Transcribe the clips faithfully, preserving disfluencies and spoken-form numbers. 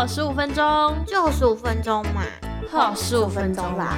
好十五分钟， 就十五分钟嘛， 好十五分钟啦。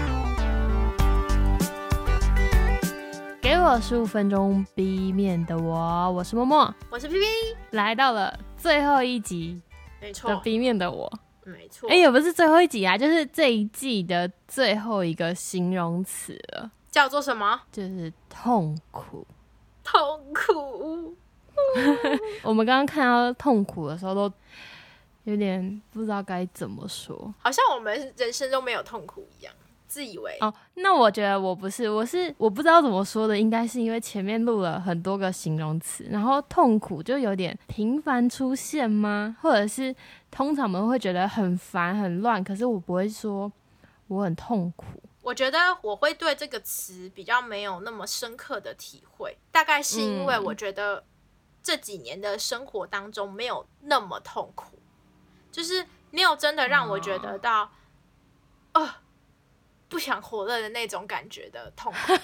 给我十五分钟 B 面的我，我是默默， 我是 P P， 来到了最后一集没错的 B 面的我， 没错。 哎、欸，也不是最后一集啊，就是这一季的最后一个形容词了， 叫做什么？ 就是痛苦。 痛苦。 我们刚刚看到痛苦的时候，都有点不知道该怎么说， 好像我们人生中没有痛苦一样。自以为哦，那我觉得我不是，我是我不知道怎么说的，应该是因为前面录了很多个形容词，然后痛苦就有点频繁出现吗？或者是通常我们会觉得很烦很乱，可是我不会说我很痛苦。 我觉得我会对这个词比较没有那么深刻的体会，大概是因为我觉得这几年的生活当中没有那么痛苦，就是没有真的让我觉得到，哦。呃不想活了的那种感觉的痛苦。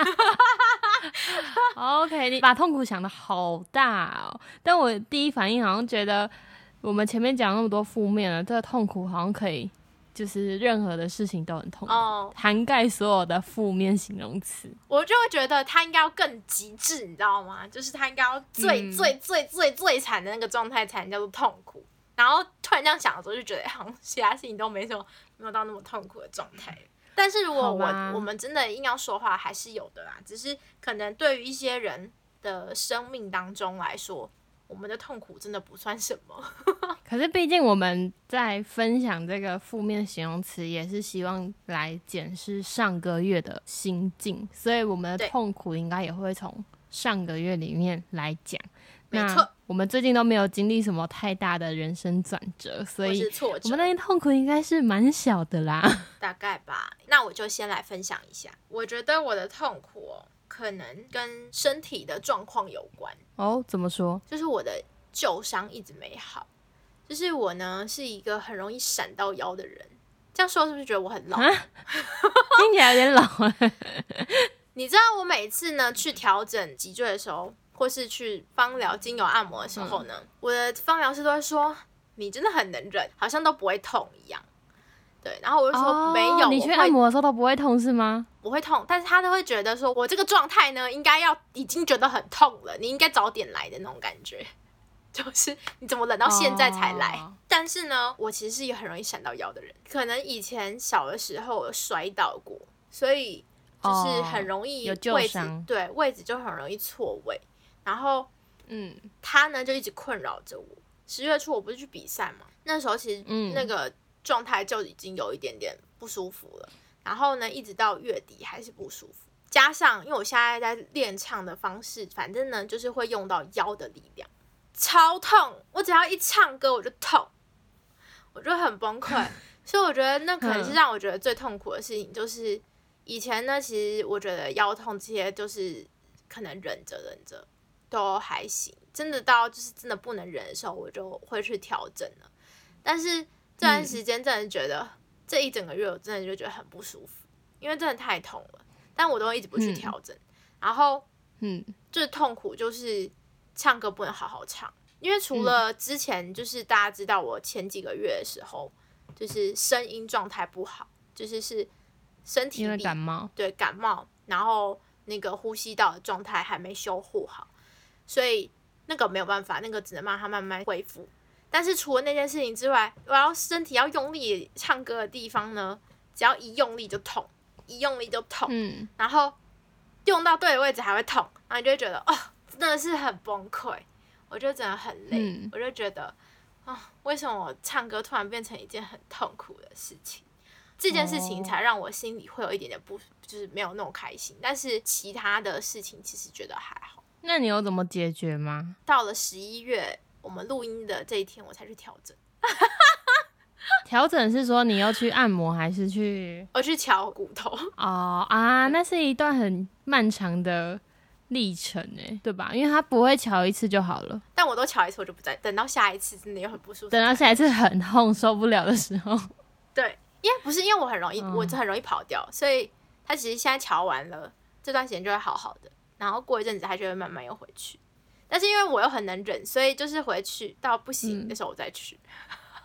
OK， 你把痛苦想得好大哦，但我第一反应好像觉得我们前面讲那么多负面了，这个痛苦好像可以就是任何的事情都很痛苦，哦、涵盖所有的负面形容词。 我就会觉得他应该要更极致，你知道吗？就是他应该要最、嗯、最最最最惨的那个状态才能叫做痛苦。然后突然这样想的时候，就觉得好像其他事情都没什么没有到那么痛苦的状态。但是如果我我们真的硬要说话，还是有的啦。只是可能对于一些人的生命当中来说，我们的痛苦真的不算什么。 可是毕竟我们在分享这个负面形容词，也是希望来检视上个月的心境，所以我们的痛苦应该也会从上个月里面来讲。 没错， 我们最近都没有经历什么太大的人生转折，所以我们那些痛苦应该是蛮小的啦， 大概吧。那我就先来分享一下，我觉得我的痛苦哦，可能跟身体的状况有关。 哦，怎么说？ 就是我的旧伤一直没好，就是我呢是一个很容易闪到腰的人。这样说是不是觉得我很老？ 听起来有点老了。 你知道我每次呢去调整脊椎的时候，或是去芳疗精油按摩的时候呢、嗯、我的芳疗师都会说你真的很能忍，好像都不会痛一样。对，然后我就说、哦、没有， 你去按摩的时候都不会痛是吗？ 不会痛，但是他都会觉得说我这个状态呢应该要已经觉得很痛了，你应该早点来的那种感觉，就是你怎么忍到现在才来、哦、但是呢我其实是一个很容易闪到腰的人，可能以前小的时候有摔倒过，所以就是很容易位置、哦、有旧伤，对，位置就很容易错位，然后嗯，他呢就一直困扰着我。十月初我不是去比赛嘛，那时候其实那个状态就已经有一点点不舒服了、嗯、然后呢一直到月底还是不舒服，加上因为我现在在练唱的方式，反正呢就是会用到腰的力量，超痛，我只要一唱歌我就痛，我就很崩溃。所以我觉得那可能是让我觉得最痛苦的事情，就是以前呢其实我觉得腰痛这些就是可能忍着忍着都还行，真的到就是真的不能忍的时候我就会去调整了。但是这段时间真的觉得、嗯、这一整个月我真的就觉得很不舒服，因为真的太痛了，但我都一直不去调整、嗯、然后嗯，最痛苦就是唱歌不能好好唱，因为除了之前就是大家知道我前几个月的时候就是声音状态不好，就是是身体里因为感冒， 对，感冒，然后那个呼吸道的状态还没修护好，所以那个没有办法，那个只能让它慢慢恢复。但是除了那件事情之外，我要身体要用力唱歌的地方呢，只要一用力就痛，一用力就痛、嗯、然后用到对的位置还会痛，然后你就会觉得哦，真的是很崩溃，我就真的很累、嗯、我就觉得啊、哦，为什么我唱歌突然变成一件很痛苦的事情，这件事情才让我心里会有一点点不，就是没有那种开心，但是其他的事情其实觉得还好。 那你有怎么解决吗？ 到了十一月我们录音的这一天我才去调整。 调整是说你要去按摩还是去？ 我去敲骨头。 哦啊，那是一段很漫长的历程哎，对吧？因为它不会敲一次就好了。 但我都敲一次我就不再，等到下一次真的又很不舒服。 等到下一次很痛受不了的时候。 对，因为不是因为我很容易、嗯、我很容易跑掉，所以它其实现在敲完了这段时间就会好好的，然后过一阵子它就会慢慢又回去。但是因为我又很能忍，所以就是回去到不行的时候我再去。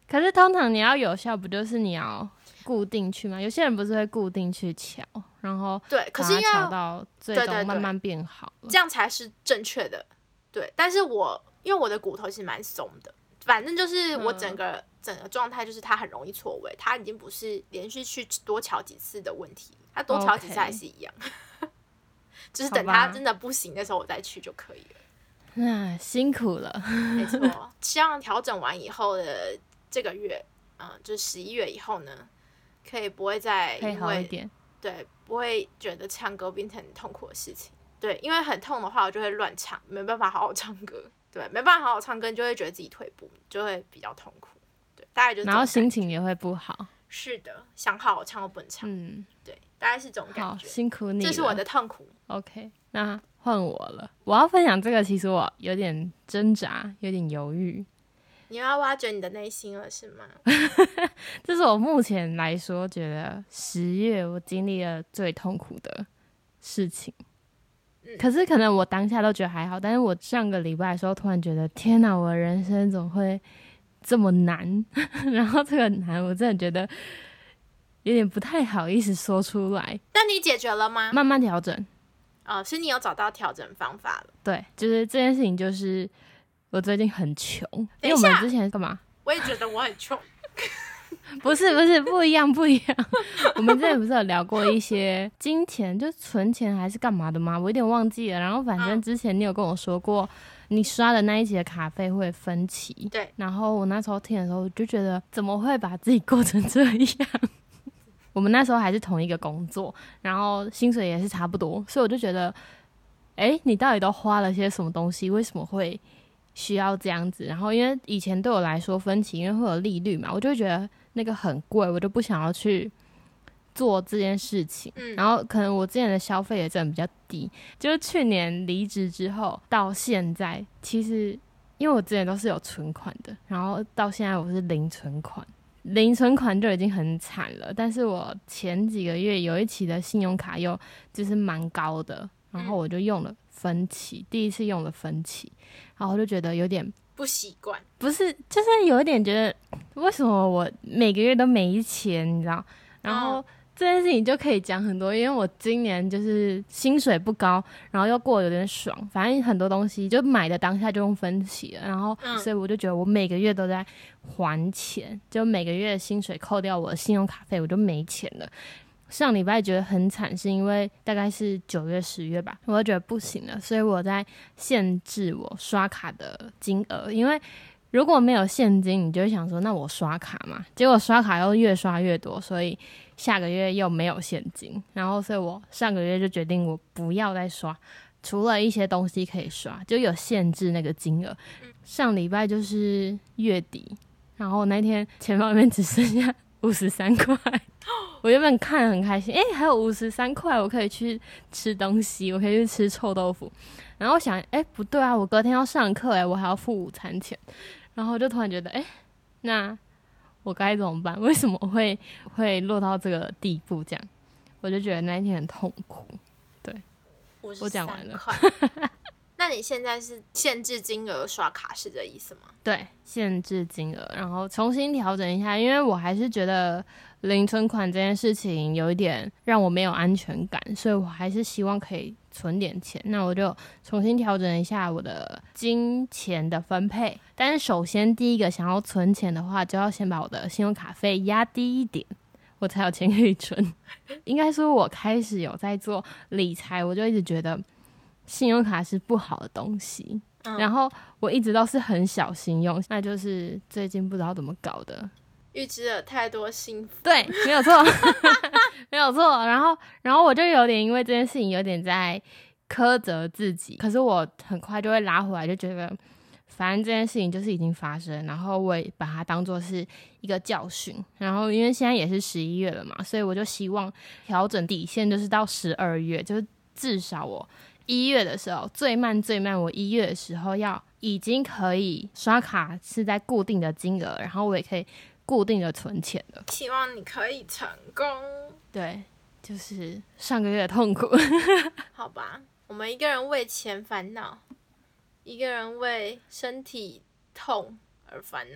可是通常你要有效，不就是你要固定去吗？有些人不是会固定去瞧，然后对，可是因为瞧到最对对对终慢慢变好了， 这样才是正确的。对，但是我因为我的骨头其实蛮松的，反正就是我整个、嗯、整个状态就是它很容易错位，它已经不是连续去多瞧几次的问题，它多瞧几次还是一样。Okay. 就是等它真的不行的时候我再去就可以了。 那辛苦了， 没错。希望调整完以后的这个月，嗯，就十一月以后呢，可以不会再因为好一点， 对，不会觉得唱歌变成很痛苦的事情。对，因为很痛的话，我就会乱唱，没办法好好唱歌。对，没办法好好唱歌，你就会觉得自己退步，就会比较痛苦。对，大概就是这种感觉。 然后心情也会不好。 是的，想好好唱又不能唱。嗯，对，大概是这种感觉。 好，辛苦你了， 这是我的痛苦。 OK， 那换我了。我要分享这个，其实我有点挣扎，有点犹豫。 你要挖掘你的内心了，是吗？ 这是我目前来说觉得十月我经历了最痛苦的事情。嗯、可是可能我当下都觉得还好，但是我上个礼拜的时候突然觉得，天哪，我的人生怎么会这么难？然后这个难，我真的觉得有点不太好意思说出来。 但你解决了吗？ 慢慢调整。 哦，是你有找到调整方法了。 对，就是这件事情，就是我最近很穷，因为我们之前干嘛？ 我也觉得我很穷。 不是不是不一样不一样，我们之前不是有聊过一些金钱，就存钱还是干嘛的吗？我有点忘记了。然后反正之前你有跟我说过，你刷的那一集的卡费会分期。 对。 然后我那时候听的时候，我就觉得怎么会把自己过成这样？我们那时候还是同一个工作，然后薪水也是差不多，所以我就觉得，哎，你到底都花了些什么东西？为什么会需要这样子？然后因为以前对我来说分期因为会有利率嘛，我就会觉得那个很贵，我就不想要去做这件事情。嗯、然后可能我之前的消费也真的比较低，就是去年离职之后到现在，其实因为我之前都是有存款的，然后到现在我是零存款。零存款就已经很惨了，但是我前几个月有一期的信用卡又就是蛮高的，然后我就用了分期、嗯、第一次用了分期，然后我就觉得有点不习惯， 不是就是有一点觉得为什么我每个月都没钱，你知道，然后、嗯这件事情就可以讲很多，因为我今年就是薪水不高，然后又过得有点爽，反正很多东西就买的当下就用分期了，然后、嗯、所以我就觉得我每个月都在还钱，就每个月的薪水扣掉我的信用卡费，我就没钱了。上礼拜觉得很惨，是因为大概是九月十月吧，我就觉得不行了，所以我在限制我刷卡的金额，因为如果没有现金，你就会想说那我刷卡嘛，结果刷卡又越刷越多，所以下个月又没有现金，然后所以我上个月就决定我不要再刷，除了一些东西可以刷，就有限制那个金额。上礼拜就是月底，然后那天钱包里面只剩下五十三块，我原本看很开心，哎、欸，还有五十三块，我可以去吃东西，我可以去吃臭豆腐。然后我想，哎、欸，不对啊，我隔天要上课，哎，我还要付午餐钱。然后我就突然觉得，哎、欸，那我该怎么办？为什么会会落到这个地步？这样，我就觉得那一天很痛苦。对，我讲完了。 那你现在是限制金额刷卡是这意思吗？ 对，限制金额，然后重新调整一下，因为我还是觉得零存款这件事情有一点让我没有安全感，所以我还是希望可以存点钱。那我就重新调整一下我的金钱的分配。但是首先第一个想要存钱的话，就要先把我的信用卡费压低一点，我才有钱可以存。应该说我开始有在做理财，我就一直觉得信用卡是不好的东西、嗯、然后我一直都是很小心用，那就是最近不知道怎么搞的， 预知了太多幸福。 对，没有错没有错。然后然后我就有点因为这件事情有点在苛责自己，可是我很快就会拉回来，就觉得反正这件事情就是已经发生，然后我也把它当作是一个教训。然后因为现在也是十一月了嘛，所以我就希望调整底线就是到十二月，就是至少我一月的时候，最慢最慢我一月的时候要已经可以刷卡是在固定的金额，然后我也可以固定的存钱了。 希望你可以成功。 对，就是上个月的痛苦好吧，我们一个人为钱烦恼，一个人为身体痛而烦恼，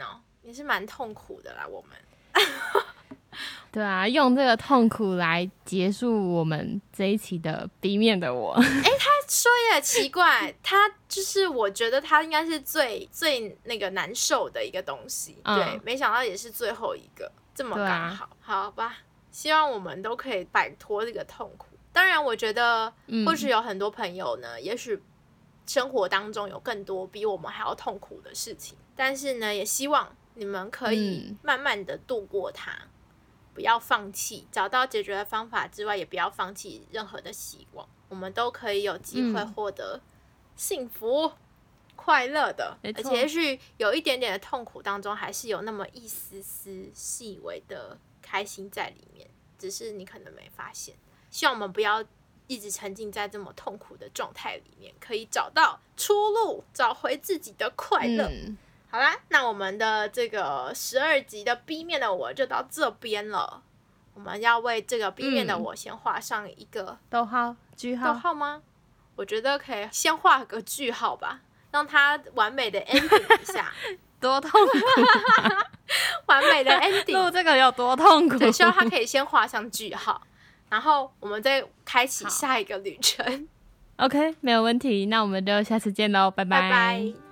也是蛮痛苦的啦，我们。 对啊，用这个痛苦来结束我们这一期的 B 面的我。哎、欸， 他说也奇怪，他就是我觉得他应该是最最那个难受的一个东西，嗯、对，没想到也是最后一个，这么刚好，啊、好吧，希望我们都可以摆脱这个痛苦。当然，我觉得或许有很多朋友呢，嗯、也许生活当中有更多比我们还要痛苦的事情，但是呢，也希望你们可以慢慢的度过它。嗯，不要放弃，找到解决的方法之外，也不要放弃任何的希望。我们都可以有机会获得幸福、嗯、快乐的，而且也许有一点点的痛苦当中，还是有那么一丝丝细微的开心在里面，只是你可能没发现。希望我们不要一直沉浸在这么痛苦的状态里面，可以找到出路，找回自己的快乐。嗯，好啦，那我们的这个十二集的 B 面的我就到这边了。我们要为这个 B 面的我先画上一个逗号、句号。 逗号吗？我觉得可以先画个句号吧，让它完美的 ending 一下。 多痛苦！ 完美的 ending。 录这个有多痛苦？ 对，希望它可以先画上句号，然后我们再开启下一个旅程。 OK， 没有问题。那我们就下次见喽，拜拜。 拜拜。